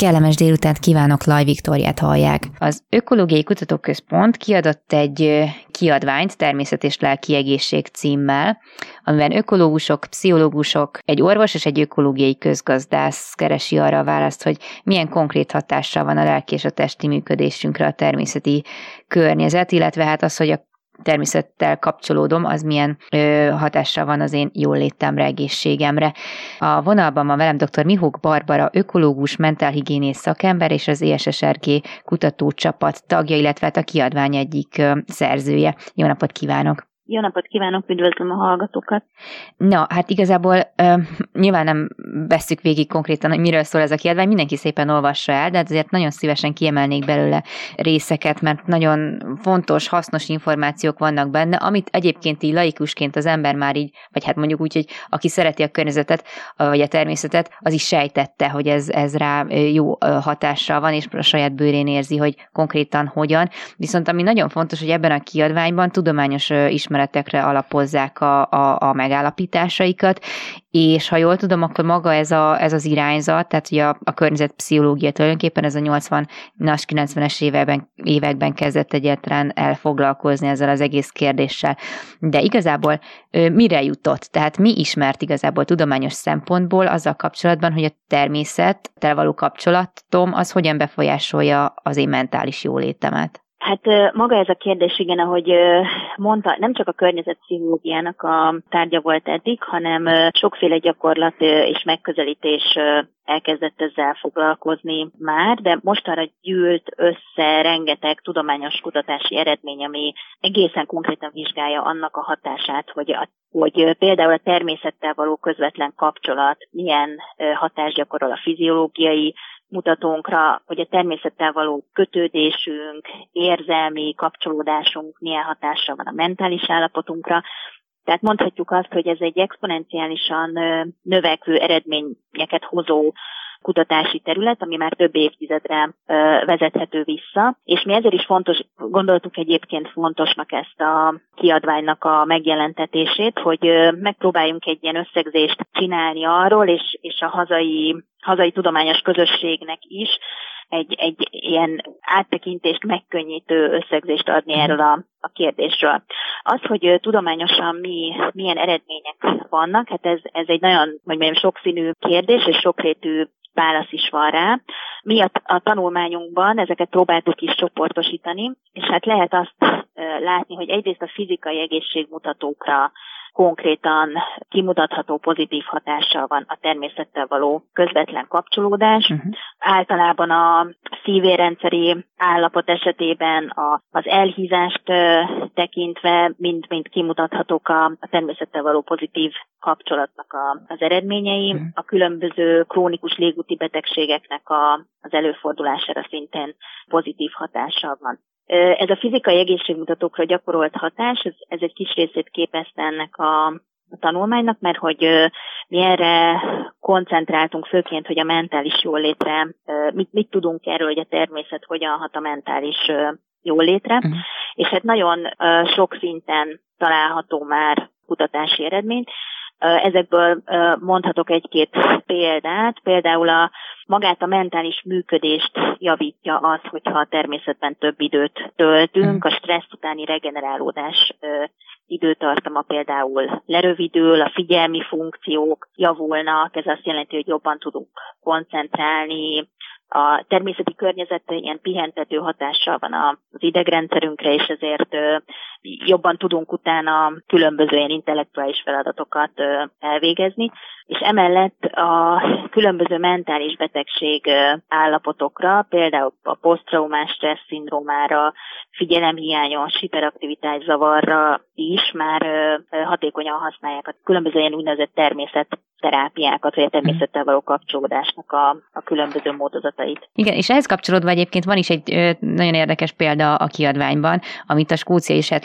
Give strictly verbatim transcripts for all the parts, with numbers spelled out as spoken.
Kellemes délutánt kívánok, Laj Viktóriát hallják. Az Ökológiai Kutatóközpont kiadott egy kiadványt, Természet és lelki egészség címmel, amiben ökológusok, pszichológusok, egy orvos és egy ökológiai közgazdász keresi arra a választ, hogy milyen konkrét hatással van a lelki és a testi működésünkre a természeti környezet, illetve hát az, hogy a természettel kapcsolódom, az milyen ö, hatással van az én jólétemre, egészségemre. A vonalban van velem dr. Mihók Barbara, ökológus, mentálhigiénész szakember és az é es es er ká kutatócsapat tagja, illetve a kiadvány egyik ö, szerzője. Jó napot kívánok! Jó napot kívánok, üdvözlöm a hallgatókat! Na, hát igazából uh, nyilván nem vesszük végig konkrétan, hogy miről szól ez a kiadvány, mindenki szépen olvassa el, de azért nagyon szívesen kiemelnék belőle részeket, mert nagyon fontos, hasznos információk vannak benne, amit egyébként így laikusként az ember már így, vagy hát mondjuk úgy, hogy aki szereti a környezetet, vagy a természetet, az is sejtette, hogy ez, ez rá jó hatással van, és a saját bőrén érzi, hogy konkrétan hogyan. Viszont ami nagyon fontos, hogy ebben a kiadványban tudományos ismeretek ismeretekre alapozzák a, a, a megállapításaikat, és ha jól tudom, akkor maga ez, a, ez az irányzat, tehát ugye a, a környezetpszichológia tulajdonképpen ez a nyolcvanas, kilencvenes években, években kezdett egyáltalán elfoglalkozni ezzel az egész kérdéssel. De igazából mire jutott? Tehát mi ismert igazából tudományos szempontból azzal kapcsolatban, hogy a természettel való kapcsolatom az hogyan befolyásolja az én mentális jólétemet? Hát maga ez a kérdés, igen, ahogy mondta, nem csak a környezetpszichológiának a tárgya volt eddig, hanem sokféle gyakorlat és megközelítés elkezdett ezzel foglalkozni már, de mostanra gyűlt össze rengeteg tudományos kutatási eredmény, ami egészen konkrétan vizsgálja annak a hatását, hogy, a, hogy például a természettel való közvetlen kapcsolat milyen hatást gyakorol a fiziológiai mutatónkra, hogy a természettel való kötődésünk, érzelmi kapcsolódásunk milyen hatással van a mentális állapotunkra. Tehát mondhatjuk azt, hogy ez egy exponenciálisan növekvő eredményeket hozó kutatási terület, ami már több évtizedre vezethető vissza, és mi ezért is fontos, gondoltuk egyébként fontosnak ezt a kiadványnak a megjelentetését, hogy megpróbáljunk egy ilyen összegzést csinálni arról, és, és a hazai, hazai tudományos közösségnek is egy, egy ilyen áttekintést megkönnyítő összegzést adni erről a, a kérdésről. Az, hogy tudományosan mi, milyen eredmények vannak, hát ez, ez egy nagyon, hogy mondjam, sokszínű kérdés, és sokrétű válasz is van rá. Mi a, a tanulmányunkban ezeket próbáltuk is csoportosítani, és hát lehet azt e, látni, hogy egyrészt a fizikai egészségmutatókra konkrétan kimutatható pozitív hatással van a természettel való közvetlen kapcsolódás. Uh-huh. Általában a szívérrendszeri állapot esetében a, az elhízást e, tekintve mind-mind kimutathatók a, a természettel való pozitív kapcsolatnak a, az eredményei. Uh-huh. A különböző krónikus légúti betegségeknek a, az előfordulására szintén pozitív hatással van. Ez a fizikai egészségmutatókra gyakorolt hatás, ez, ez egy kis részét képezte ennek a, a tanulmánynak, mert hogy mi erre koncentráltunk főként, hogy a mentális jólétre, mit, mit tudunk erről, hogy a természet hogyan hat a mentális jólétre, uh-huh. és hát nagyon sok szinten található már kutatási eredmény. Ezekből mondhatok egy-két példát, például a magát a mentális működést javítja az, hogyha a természetben több időt töltünk, a stressz utáni regenerálódás időtartama például lerövidül, a figyelmi funkciók javulnak, ez azt jelenti, hogy jobban tudunk koncentrálni, a természeti környezet ilyen pihentető hatással van az idegrendszerünkre, és ezért jobban tudunk utána különböző ilyen intellektuális feladatokat elvégezni, és emellett a különböző mentális betegség állapotokra, például a poszttraumás stressz szindrómára, figyelemhiányos, hiperaktivitás zavarra is már hatékonyan használják a különböző ilyen úgynevezett természetterápiákat, vagy a természettel való kapcsolódásnak a, a különböző módozatait. Igen, és ehhez kapcsolódva egyébként van is egy ö, nagyon érdekes példa a kiadványban, amit a skóciai Shetland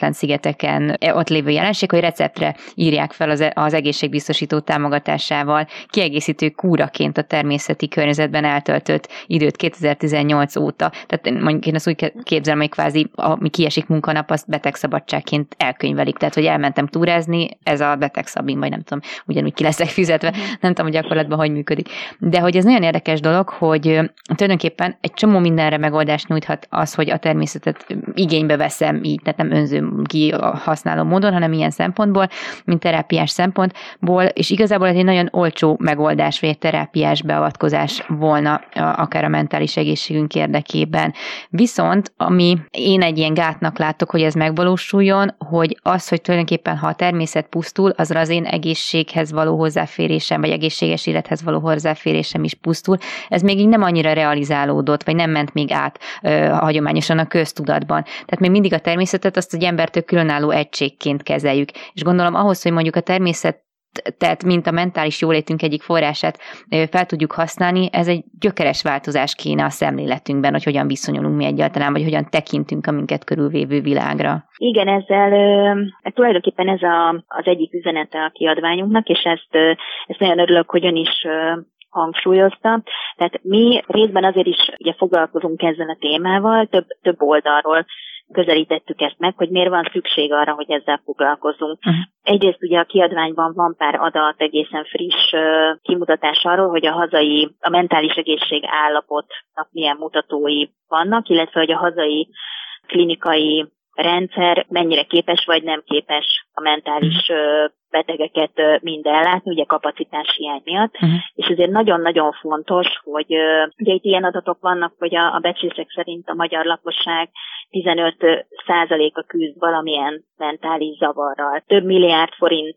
Márton-szigeteken ott lévő jelenség, hogy receptre írják fel az, az egészségbiztosító támogatásával kiegészítő kúraként a természeti környezetben eltöltött időt kétezer-tizennyolc óta. Tehát mondjuk én azt úgy képzelem, hogy kvázi ami kiesik munkanap, azt betegszabadságként elkönyvelik. Tehát, hogy elmentem túrázni, ez a betegszabin, vagy nem tudom, ugyanúgy ki leszek fizetve, nem tudom, hogy gyakorlatban hogy működik. De hogy ez nagyon érdekes dolog, hogy tulajdonképpen egy csomó mindenre megoldást nyújthat az, hogy a természetet igénybe veszem így, tehát nem önző kihasználó módon, hanem ilyen szempontból, mint terápiás szempontból, és igazából ez egy nagyon olcsó megoldás, vagy egy terápiás beavatkozás volna akár a mentális egészségünk érdekében. Viszont, ami én egy ilyen gátnak látok, hogy ez megvalósuljon, hogy az, hogy tulajdonképpen ha a természet pusztul, azra az én egészséghez való hozzáférésem, vagy egészséges élethez való hozzáférésem is pusztul. Ez még így nem annyira realizálódott, vagy nem ment még át ö, hagyományosan a köztudatban. Tehát még mindig a természetet azt egy embertől különálló egységként kezeljük. És gondolom ahhoz, hogy mondjuk a természet tehát mint a mentális jólétünk egyik forrását fel tudjuk használni, ez egy gyökeres változás kéne a szemléletünkben, hogy hogyan viszonyulunk mi egyáltalán, vagy hogyan tekintünk a minket körülvévő világra. Igen, ezzel e, tulajdonképpen ez a, az egyik üzenete a kiadványunknak, és ezt, ezt nagyon örülök, hogy ön is hangsúlyozta. Tehát mi részben azért is ugye foglalkozunk ezzel a témával, több, több oldalról közelítettük ezt meg, hogy miért van szükség arra, hogy ezzel foglalkozzunk. Uh-huh. Egyrészt ugye a kiadványban van pár adat, egészen friss uh, kimutatás arról, hogy a hazai, a mentális egészség állapotnak milyen mutatói vannak, illetve hogy a hazai klinikai rendszer mennyire képes vagy nem képes a mentális uh, betegeket uh, mind ellátni, ugye kapacitás hiány miatt, uh-huh. és ezért nagyon-nagyon fontos, hogy uh, ugye itt ilyen adatok vannak, hogy a, a becslések szerint a magyar lakosság tizenöt százaléka küzd valamilyen mentális zavarral. Több milliárd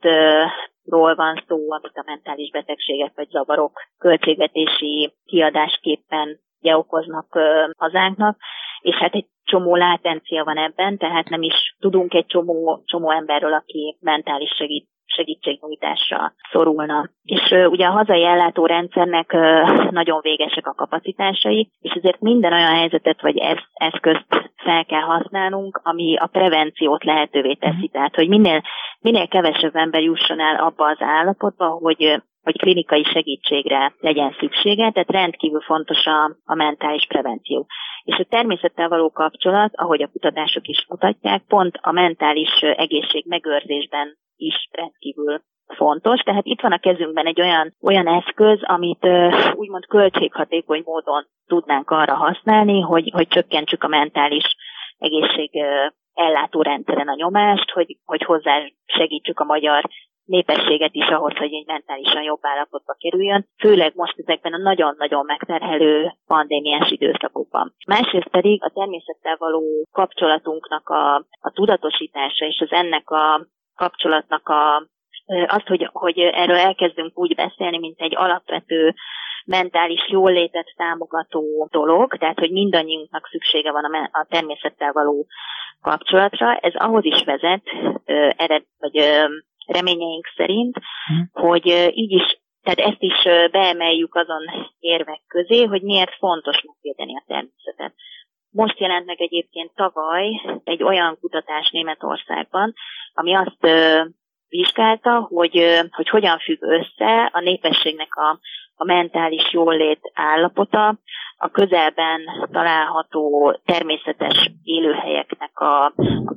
forintról van szó, amit a mentális betegségek vagy zavarok költségvetési kiadásképpen okoznak hazánknak, és hát egy csomó látencia van ebben, tehát nem is tudunk egy csomó, csomó emberről, aki mentális segít, segítségnyújtásra szorulna. És uh, ugye a hazai ellátórendszernek uh, nagyon végesek a kapacitásai, és ezért minden olyan helyzetet vagy esz- eszközt fel kell használnunk, ami a prevenciót lehetővé teszi. Tehát, hogy minél, minél kevesebb ember jusson el abba az állapotba, hogy hogy klinikai segítségre legyen szüksége, tehát rendkívül fontos a, a mentális prevenció. És a természettel való kapcsolat, ahogy a kutatások is mutatják, pont a mentális egészség megőrzésben is rendkívül fontos. Tehát itt van a kezünkben egy olyan, olyan eszköz, amit uh, úgymond költséghatékony módon tudnánk arra használni, hogy, hogy csökkentsük a mentális egészség uh, ellátórendszeren a nyomást, hogy, hogy hozzá segítsük a magyar népességet is ahhoz, hogy egy mentálisan jobb állapotba kerüljön, főleg most ezekben a nagyon-nagyon megterhelő pandémiás időszakokban. Másrészt pedig a természettel való kapcsolatunknak a, a tudatosítása és az ennek a kapcsolatnak a, az, hogy, hogy erről elkezdünk úgy beszélni, mint egy alapvető mentális jólétet támogató dolog, tehát hogy mindannyiunknak szüksége van a, a természettel való kapcsolatra. Ez ahhoz is vezet, ered, vagy reményeink szerint, hmm. hogy így is, tehát ezt is beemeljük azon érvek közé, hogy miért fontos megvédeni a természetet. Most jelent meg egyébként tavaly egy olyan kutatás Németországban, ami azt uh, vizsgálta, hogy, uh, hogy hogyan függ össze a népességnek a, a mentális jólét állapota a közelben található természetes élőhelyeknek a, a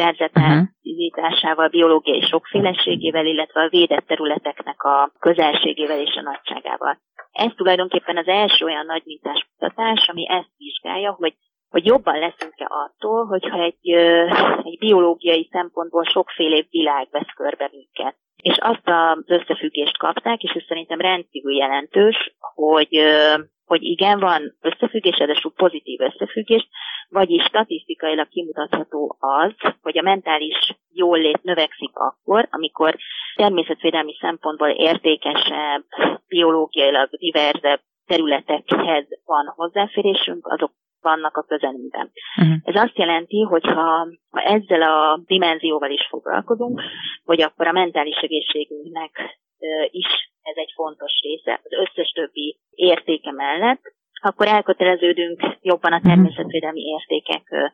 biodiverzitásával, biológiai sokféleségével, illetve a védett területeknek a közelségével és a nagyságával. Ez tulajdonképpen az első olyan nagy mintáskutatás, ami ezt vizsgálja, hogy hogy jobban leszünk-e attól, hogyha egy, egy biológiai szempontból sokféle világ vesz körbe minket. És azt az összefüggést kapták, és ez szerintem rendkívül jelentős, hogy, hogy igen, van összefüggés, ráadásul pozitív összefüggés, vagyis statisztikailag kimutatható az, hogy a mentális jólét növekszik akkor, amikor természetvédelmi szempontból értékesebb, biológiailag diverzebb területekhez van hozzáférésünk, azok vannak a közelünkben. Uh-huh. Ez azt jelenti, hogy ha, ha ezzel a dimenzióval is foglalkozunk, hogy akkor a mentális egészségünknek uh, is ez egy fontos része, az összes többi értéke mellett, akkor elköteleződünk jobban a természetvédelmi értékek uh,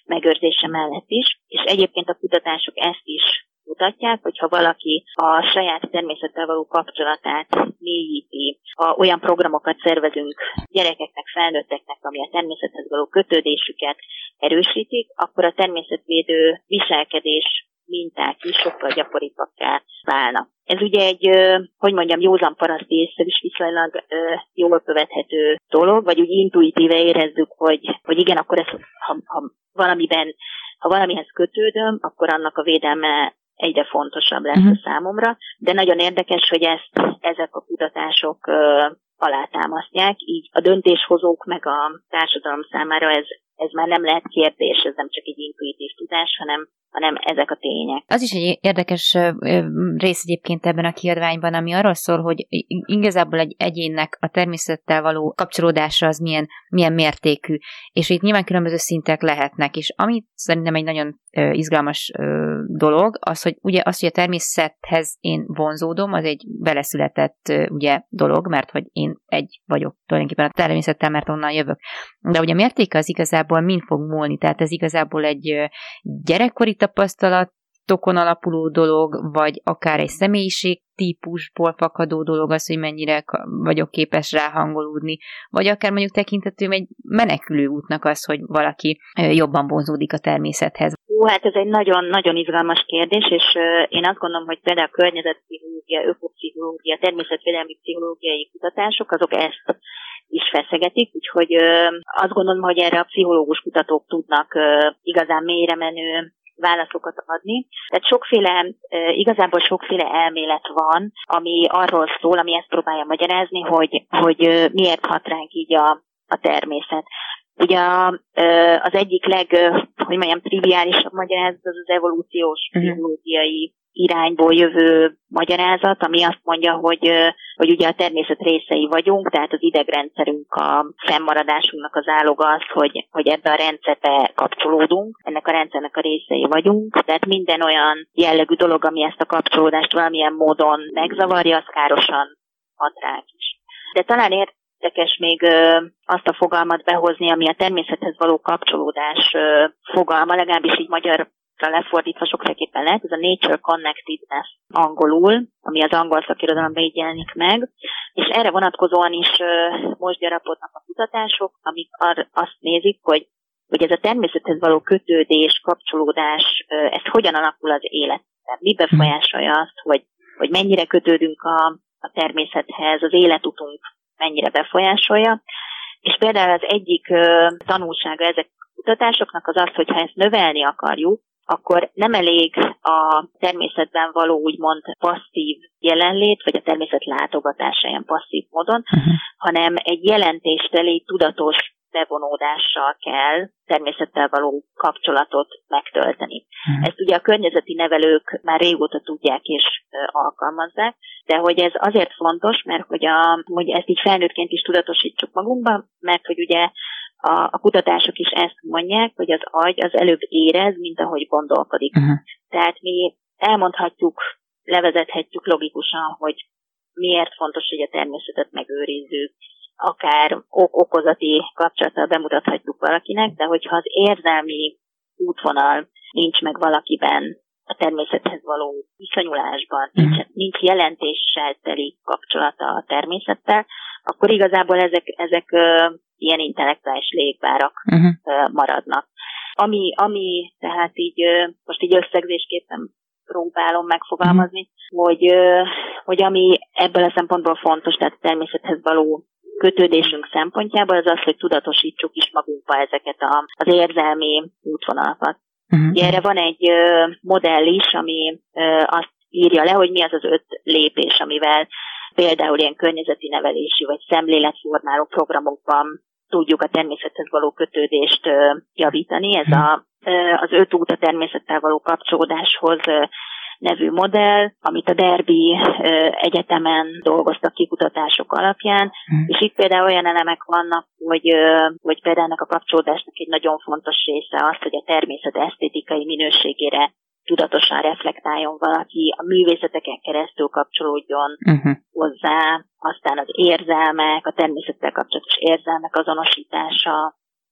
megőrzése mellett is, és egyébként a kutatások ezt is mutatják, hogyha valaki a saját természettel való kapcsolatát mélyíti, ha olyan programokat szervezünk gyerekeknek, felnőtteknek, ami a természethez való kötődésüket erősítik, akkor a természetvédő viselkedés minták is sokkal gyakoribbakká válnak. Ez ugye egy, hogy mondjam, józan paraszti észre is viszonylag jól követhető dolog, vagy úgy intuitíve érezzük, hogy, hogy igen, akkor ez, ha, ha valamiben, ha valamihez kötődöm, akkor annak a védelme egyre fontosabb lesz uh-huh. a számomra, de nagyon érdekes, hogy ezt ezek a kutatások uh, alátámasztják, így a döntéshozók meg a társadalom számára ez, ez már nem lehet kérdés, ez nem csak egy intuitív tudás, hanem, hanem ezek a tények. Az is egy érdekes rész egyébként ebben a kiadványban, ami arról szól, hogy igazából egy egyénnek a természettel való kapcsolódása az milyen, milyen mértékű, és itt nyilván különböző szintek lehetnek, és ami szerintem egy nagyon izgalmas dolog, az, hogy ugye az, hogy a természethez én vonzódom, az egy beleszületett ugye dolog, mert hogy én egy vagyok tulajdonképpen a természettel, mert onnan jövök. De ugye a mértéke az igazából mind fog múlni, tehát ez igazából egy gyerekkori tapasztalatokon alapuló dolog, vagy akár egy személyiség típusból fakadó dolog az, hogy mennyire vagyok képes ráhangolódni, vagy akár mondjuk tekintetően egy menekülő útnak az, hogy valaki jobban vonzódik a természethez. Hú, hát ez egy nagyon-nagyon izgalmas kérdés, és én azt gondolom, hogy például a környezetpszichológia, ökopszichológia, természetvédelmi pszichológiai kutatások, azok ezt is feszegetik, úgyhogy azt gondolom, hogy erre a pszichológus kutatók tudnak igazán mélyre menő válaszokat adni. Tehát sokféle, igazából sokféle elmélet van, ami arról szól, ami ezt próbálja magyarázni, hogy, hogy miért hat ránk így a, a természet. Ugye az egyik leg, hogy mondjam, triviálisabb magyarázat az az evolúciós pszichológiai irányból jövő magyarázat, ami azt mondja, hogy, hogy ugye a természet részei vagyunk, tehát az idegrendszerünk a fennmaradásunknak az áloga az, hogy, hogy ebbe a rendszerbe kapcsolódunk, ennek a rendszernek a részei vagyunk, tehát minden olyan jellegű dolog, ami ezt a kapcsolódást valamilyen módon megzavarja, az károsan hat ránk is. De talán érdekes még azt a fogalmat behozni, ami a természethez való kapcsolódás fogalma, legalábbis így magyar lefordítva sokféleképpen lehet, ez a nature connectedness angolul, ami az angol szakirodalomban így jelenik meg, és erre vonatkozóan is uh, most gyarapodnak a kutatások, amik ar- azt nézik, hogy, hogy ez a természethez való kötődés, kapcsolódás, uh, ez hogyan alakul az életben, mi befolyásolja azt, hogy, hogy mennyire kötődünk a, a természethez, az életutunk mennyire befolyásolja, és például az egyik uh, tanulsága ezek a kutatásoknak az az, hogy ha ezt növelni akarjuk, akkor nem elég a természetben való úgymond passzív jelenlét, vagy a természet látogatása ilyen passzív módon, uh-huh. hanem egy jelentésteli, tudatos bevonódással kell természettel való kapcsolatot megtölteni. Uh-huh. Ezt ugye a környezeti nevelők már régóta tudják és alkalmazzák, de hogy ez azért fontos, mert hogy, a, hogy ezt így felnőttként is tudatosítsuk magunkban, mert hogy ugye A, a kutatások is ezt mondják, hogy az agy az előbb érez, mint ahogy gondolkodik. Uh-huh. Tehát mi elmondhatjuk, levezethetjük logikusan, hogy miért fontos, hogy a természetet megőrizzük, akár ok-okozati kapcsolattal bemutathatjuk valakinek, de hogyha az érzelmi útvonal nincs meg valakiben, a természethez való viszonyulásban, uh-huh. nincs, nincs jelentéssel teli kapcsolata a természettel, akkor igazából ezek, ezek uh, ilyen intellektuális légvárak uh-huh. uh, maradnak. Ami, ami tehát így, uh, most így összegzésképpen próbálom megfogalmazni, uh-huh. hogy, uh, hogy ami ebből a szempontból fontos, tehát a természethez való kötődésünk szempontjából, az az, hogy tudatosítsuk is magunkba ezeket a, az érzelmi útvonalakat. Uh-huh. Ugye erre van egy uh, modell is, ami uh, azt írja le, hogy mi az az öt lépés, amivel például ilyen környezeti nevelési vagy szemléletformáló programokban tudjuk a természethez való kötődést uh, javítani. Ez a, uh, az öt út a természettel való kapcsolódáshoz uh, nevű modell, amit a Derby uh, Egyetemen dolgoztak ki kutatások alapján, mm. és itt például olyan elemek vannak, hogy, uh, hogy például ennek a kapcsolódásnak egy nagyon fontos része az, hogy a természet esztétikai minőségére tudatosan reflektáljon valaki, a művészeteken keresztül kapcsolódjon uh-huh. hozzá, aztán az érzelmek, a természettel kapcsolatos érzelmek azonosítása,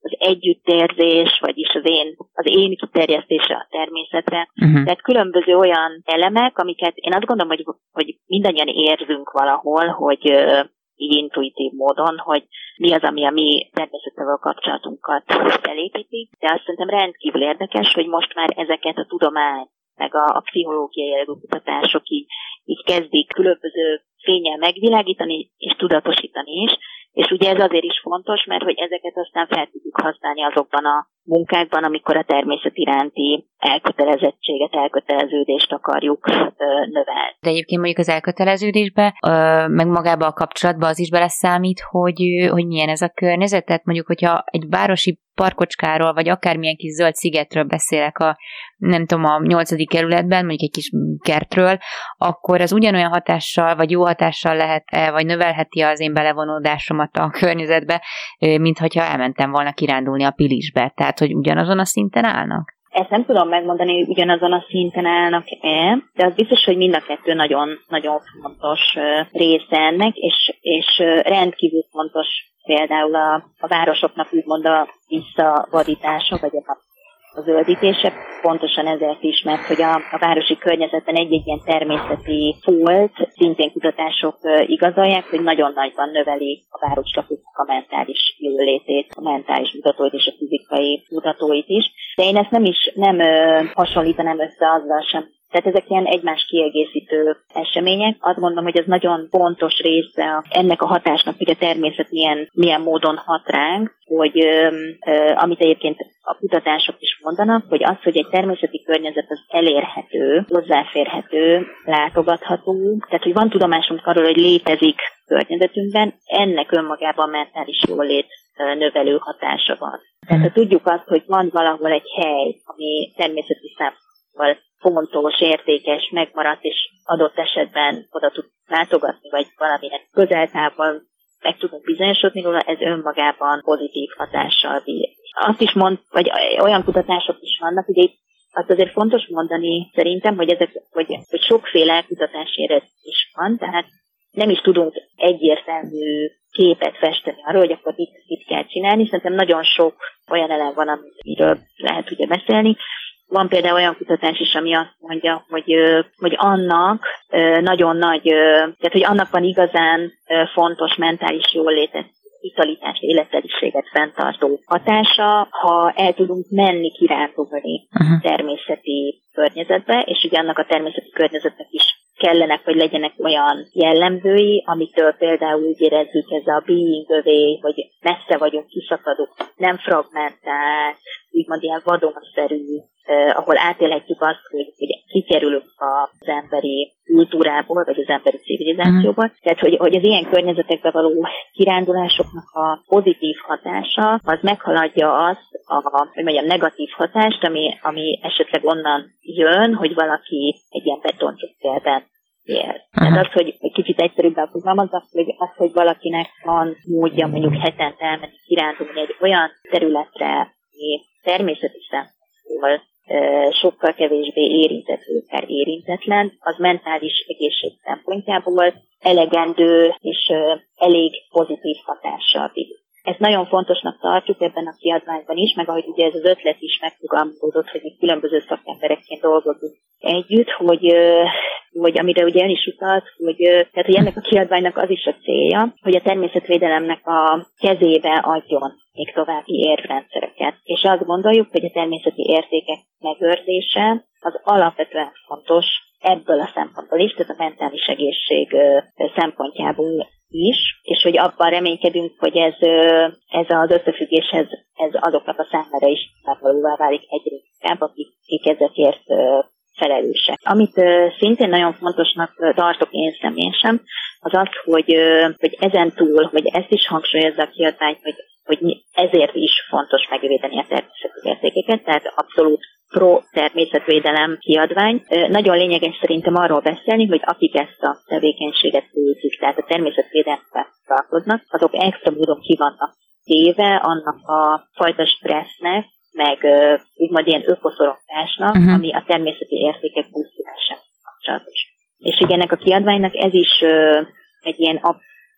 az együttérzés, vagyis az én, az én kiterjesztése a természetre. Uh-huh. Tehát különböző olyan elemek, amiket én azt gondolom, hogy, hogy mindannyian érzünk valahol, hogy így intuitív módon, hogy mi az, ami a mi természettel kapcsolatunkat felépíti. De azt szerintem rendkívül érdekes, hogy most már ezeket a tudomány, meg a, a pszichológiai kutatások így, így kezdik különböző fénnyel megvilágítani, és tudatosítani is. És ugye ez azért is fontos, mert hogy ezeket aztán fel tudjuk használni azokban a munkákban, amikor a természet iránti elkötelezettséget, elköteleződést akarjuk ö, növelni. De egyébként mondjuk az elköteleződésbe, ö, meg magába a kapcsolatba az is beleszámít, hogy, hogy milyen ez a környezet. Tehát mondjuk, hogyha egy városi parkocskáról, vagy akármilyen kis zöld szigetről beszélek a, nem tudom, a nyolcadik kerületben, mondjuk egy kis kertről, akkor az ugyanolyan hatással, vagy jó hatással lehet-e, vagy növelheti az én belevonódásomat a környezetbe, mint hogyha elmentem volna kirándulni a Pilisbe. Tehát, hogy ugyanazon a szinten állnak? Ezt nem tudom megmondani, hogy ugyanazon a szinten állnak-e, de az biztos, hogy mind a kettő nagyon, nagyon fontos része ennek, és, és rendkívül fontos például a, a városoknak úgymond a visszavadítása, vagy a, a zöldítése, pontosan ezért is, mert hogy a, a városi környezetben egy-egy ilyen természeti folt, szintén kutatások igazolják, hogy nagyon nagyban növeli a városlakóknak a mentális jólétét, a mentális mutatóit és a fizikai mutatóit is. De én ezt nem is nem ö, hasonlítanám össze azzal sem. Tehát ezek ilyen egymás kiegészítő események. Azt mondom, hogy ez nagyon fontos része ennek a hatásnak, hogy a természet milyen, milyen módon hat ránk, hogy ö, ö, amit egyébként a kutatások is mondanak, hogy az, hogy egy természeti környezet az elérhető, hozzáférhető, látogatható, tehát hogy van tudomásunk arról, hogy létezik környezetünkben, ennek önmagában mentális jólét növelő hatása van. Tehát ha tudjuk azt, hogy van valahol egy hely, ami természeti szempontból fontos, értékes, megmaradt, és adott esetben oda tud látogatni, vagy valaminek közeltávol meg tudunk bizonyosodni róla, ez önmagában pozitív hatással bír. Azt is mond, vagy olyan kutatások is vannak, ugye azt azért fontos mondani szerintem, hogy ezek, hogy, hogy sokféle kutatási eredmény is van, tehát nem is tudunk egyértelmű képet festeni arról, hogy akkor mit, mit kell csinálni. Szerintem nagyon sok olyan elem van, amiről lehet ugye beszélni. Van például olyan kutatás is, ami azt mondja, hogy, hogy annak nagyon nagy, tehát hogy annak van igazán fontos mentális jólétet, vitalitást, életszerűséget fenntartó hatása, ha el tudunk menni kirándulni uh-huh. természeti környezetbe, és ugye annak a természeti környezetnek is kellenek, hogy legyenek olyan jellemzői, amitől például úgy érezzük ez a being övé, hogy messze vagyunk, kiszakadunk, nem fragmentált, úgymond ilyen vadonszerű, eh, ahol átélhetjük azt, hogy, hogy kikerülünk az emberi kultúrából, vagy az emberi civilizációból. Mm. Tehát, hogy, hogy az ilyen környezetekbe való kirándulásoknak a pozitív hatása, az meghaladja azt a, hogy mondjam, negatív hatást, ami, ami esetleg onnan jön, hogy valaki egy ilyen betoncsukkelben él. Tehát az, hogy egy kicsit egyszerűbben fogalmazok, hogy az, hogy valakinek van módja mondjuk hetente elmenni kirándulni egy olyan területre, ami természeti szempontból sokkal kevésbé érintett, akár érintetlen, az mentális egészség szempontjából elegendő és elég pozitív hatással bír. Ezt nagyon fontosnak tartjuk ebben a kiadványban is, meg ahogy ugye ez az ötlet is megfogalmazódott, hogy mi különböző szakemberekként dolgozunk együtt, hogy, hogy amire ugye ön is utalt, hogy, tehát, hogy ennek a kiadványnak az is a célja, hogy a természetvédelemnek a kezébe adjon még további érvrendszereket. És azt gondoljuk, hogy a természeti értékek megőrzése az alapvetően fontos ebből a szempontból is, tehát a mentális egészség szempontjából is, és hogy abban reménykedünk, hogy ez, ez az összefüggéshez ez azoknak a számára is valóvá válik egyre inkább, akik, akik ezekért felelősek. Amit szintén nagyon fontosnak tartok én személyesen, az az, hogy, hogy ezen túl, hogy ezt is hangsúlyozza a kiadvány, hogy, hogy ezért is fontos megvédeni a természeti értékeket, tehát abszolút pro-természetvédelem kiadvány. Nagyon lényeges szerintem arról beszélni, hogy akik ezt a tevékenységet végzik, tehát a természetvédelemben tartoznak, azok extra módon ki vannak téve annak a fajta stressznek, meg úgymond ilyen ökoszorongásnak, uh-huh. ami a természeti értékek pusztulásával kapcsolatos. És ugye ennek a kiadványnak ez is egy ilyen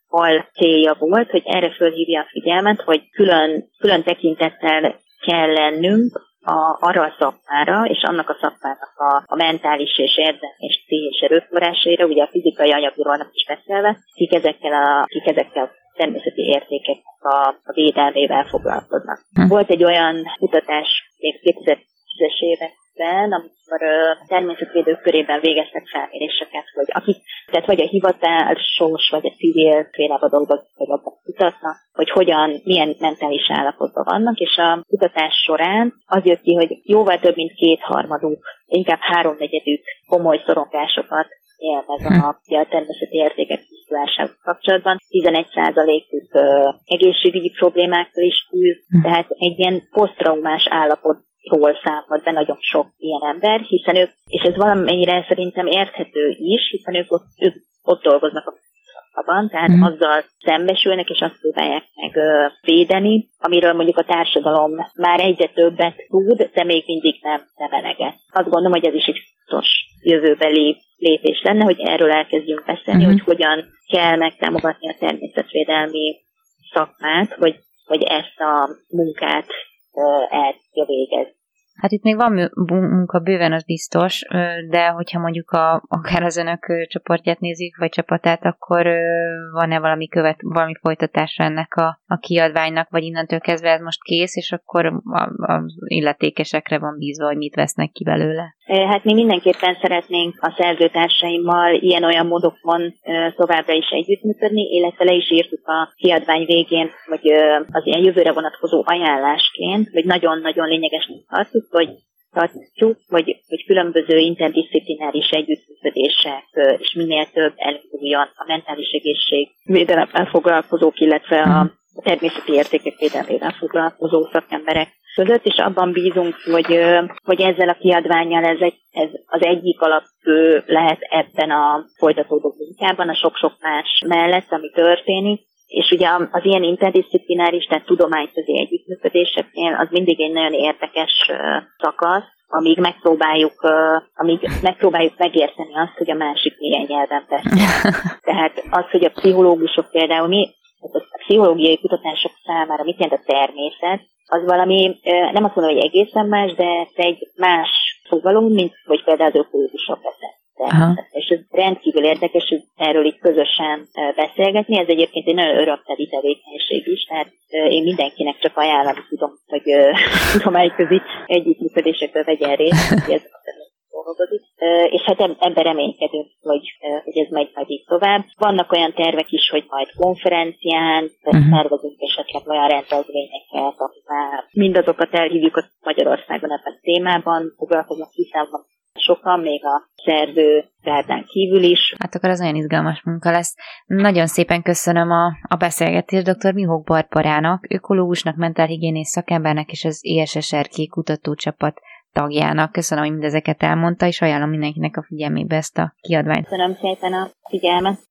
al célja volt, hogy erre fölhívja a figyelmet, hogy külön, külön tekintettel kell lennünk a, arra a szakmára, és annak a szakmának a, a mentális és érzelmi és pszichés erőforrásaira, ugye a fizikai anyagról is beszélve, kik ezekkel a, kik ezekkel a természeti értékeknek a, a védelmével foglalkoznak. Hm. Volt egy olyan kutatás még kétezer-tízes években, amikor uh, természetvédők körében végeztek felméréseket, hogy akik, tehát vagy a hivatásos, vagy a civil félában dolgoznak, vagy abban kutatnak, hogy hogyan, milyen mentális állapotban vannak, és a kutatás során az jött ki, hogy jóval több mint kétharmaduk, inkább háromnegyedük komoly szorongásokat élvez a, a természeti értékek tisztulásával kapcsolatban. tizenegy százalékuk uh, egészségügyi problémákkal is küzd, tehát egy ilyen posztraumás állapotról számol be nagyon sok ilyen ember, hiszen ők, és ez valamennyire szerintem érthető is, hiszen ők ott, ők ott dolgoznak a van, tehát mm. azzal szembesülnek, és azt próbálják meg uh, védeni, amiről mondjuk a társadalom már egyre többet tud, de még mindig nem, nem eleget. Azt gondolom, hogy ez is egy fontos jövőbeli lépés lenne, hogy erről elkezdjünk beszélni, mm-hmm. hogy hogyan kell megtámogatni a természetvédelmi szakmát, hogy, hogy ezt a munkát uh, el tudja végezni. Hát itt még van munka bőven, az biztos, de hogyha mondjuk a, akár az önök csoportját nézzük, vagy csapatát, akkor van-e valami követ, valami folytatása ennek a, a kiadványnak, vagy innentől kezdve ez most kész, és akkor az illetékesekre van bízva, hogy mit vesznek ki belőle? Hát mi mindenképpen szeretnénk a szerzőtársaimmal ilyen-olyan módokon továbbra is együttműködni, illetve le is írtuk a kiadvány végén, hogy az ilyen jövőre vonatkozó ajánlásként, hogy nagyon-nagyon lényegesnek tartjuk, hogy tartjuk, hogy, hogy különböző interdisziplináris együttműködések és minél több elinduljon a mentális egészség védelemmel foglalkozók, illetve a természeti értékek védelmével foglalkozó szakemberek között, és abban bízunk, hogy, hogy ezzel a kiadvánnyal ez, egy, ez az egyik alapfő lehet ebben a folytatódó munkában, a sok-sok más mellett, ami történik. És ugye az ilyen interdisziplináris, tehát tudományközi együttműködéseknél az mindig egy nagyon érdekes szakasz, amíg megpróbáljuk, amíg megpróbáljuk megérteni azt, hogy a másik milyen nyelven beszél. Tehát az, hogy a pszichológusok például mi, a pszichológiai kutatások számára mit jelent a természet, az valami, nem azt mondom, hogy egészen más, de egy más fogalom, mint hogy például az ökológusok beszél. És ez rendkívül érdekes, hogy erről itt közösen beszélgetni. Ez egyébként egy nagyon örömteli tevékenység is, tehát én mindenkinek csak ajánlani tudom, hogy tudományközi együttműködésekből vegyen részt, hogy ez dolgozik. És hát ebben reménykedünk, hogy, hogy ez megy majd így tovább. Vannak olyan tervek is, hogy majd konferencián uh-huh. szervezünk esetleg olyan rendezvényeket, ahol már mindazokat elhívjuk, hogy Magyarországon ebben a témában foglalkoznak, hiszen van sokan, még a szerző gárdán kívül is. Hát akkor az nagyon izgalmas munka lesz. Nagyon szépen köszönöm a, a beszélgetést dr. Mihók Barbarának, ökológusnak, mentálhigiénész szakembernek és az é es es er ká kutatócsapat tagjának. Köszönöm, hogy mindezeket elmondta, és ajánlom mindenkinek a figyelmébe ezt a kiadványt. Köszönöm szépen a figyelmet.